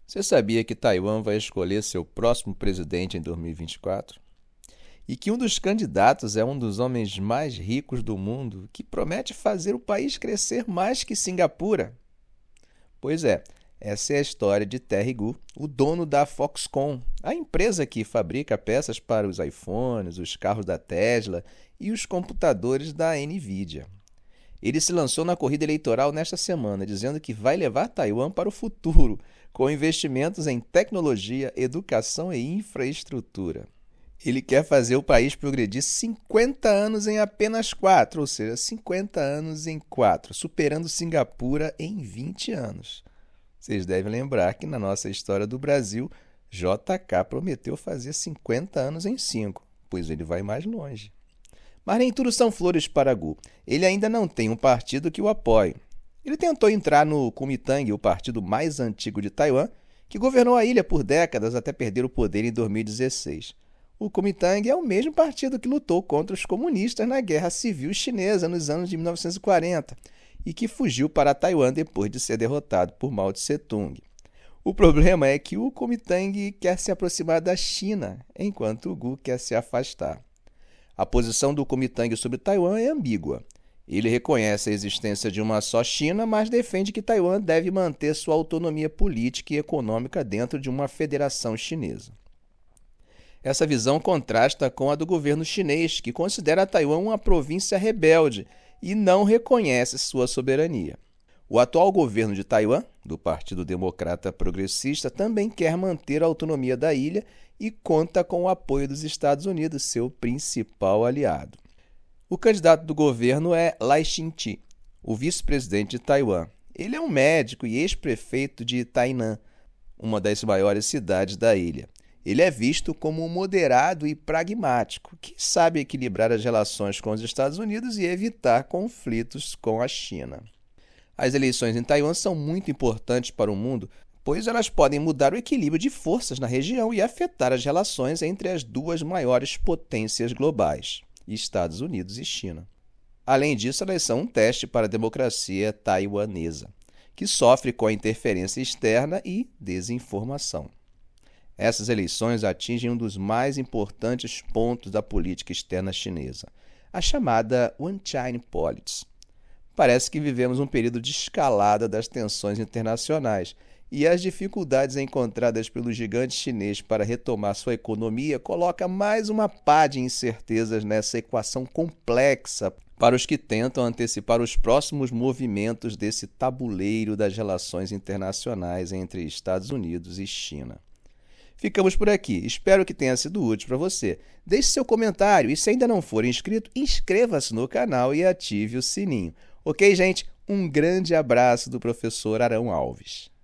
Você sabia que Taiwan vai escolher seu próximo presidente em 2024? E que um dos candidatos é um dos homens mais ricos do mundo, que promete fazer o país crescer mais que Singapura? Pois é, essa é a história de Terry Gou, o dono da Foxconn, a empresa que fabrica peças para os iPhones, os carros da Tesla e os computadores da Nvidia. Ele se lançou na corrida eleitoral nesta semana, dizendo que vai levar Taiwan para o futuro, com investimentos em tecnologia, educação e infraestrutura. Ele quer fazer o país progredir 50 anos em apenas 4, ou seja, 50 anos em 4, superando Singapura em 20 anos. Vocês devem lembrar que na nossa história do Brasil, JK prometeu fazer 50 anos em 5, pois ele vai mais longe. Mas nem tudo são flores para Gou. Ele ainda não tem um partido que o apoie. Ele tentou entrar no Kuomintang, o partido mais antigo de Taiwan, que governou a ilha por décadas até perder o poder em 2016. O Kuomintang é o mesmo partido que lutou contra os comunistas na Guerra Civil Chinesa nos anos de 1940 e que fugiu para Taiwan depois de ser derrotado por Mao Tse-tung. O problema é que o Kuomintang quer se aproximar da China, enquanto o Gou quer se afastar. A posição do Kuomintang sobre Taiwan é ambígua. Ele reconhece a existência de uma só China, mas defende que Taiwan deve manter sua autonomia política e econômica dentro de uma federação chinesa. Essa visão contrasta com a do governo chinês, que considera Taiwan uma província rebelde e não reconhece sua soberania. O atual governo de Taiwan, do Partido Democrata Progressista, também quer manter a autonomia da ilha e conta com o apoio dos Estados Unidos, seu principal aliado. O candidato do governo é Lai Ching-te, o vice-presidente de Taiwan. Ele é um médico e ex-prefeito de Tainan, uma das maiores cidades da ilha. Ele é visto como um moderado e pragmático, que sabe equilibrar as relações com os Estados Unidos e evitar conflitos com a China. As eleições em Taiwan são muito importantes para o mundo, pois elas podem mudar o equilíbrio de forças na região e afetar as relações entre as duas maiores potências globais, Estados Unidos e China. Além disso, elas são um teste para a democracia taiwanesa, que sofre com a interferência externa e desinformação. Essas eleições atingem um dos mais importantes pontos da política externa chinesa, a chamada One China Policy. Parece que vivemos um período de escalada das tensões internacionais e as dificuldades encontradas pelo gigante chinês para retomar sua economia coloca mais uma pá de incertezas nessa equação complexa para os que tentam antecipar os próximos movimentos desse tabuleiro das relações internacionais entre Estados Unidos e China. Ficamos por aqui. Espero que tenha sido útil para você. Deixe seu comentário e, se ainda não for inscrito, inscreva-se no canal e ative o sininho. Ok, gente? Um grande abraço do professor Arão Alves.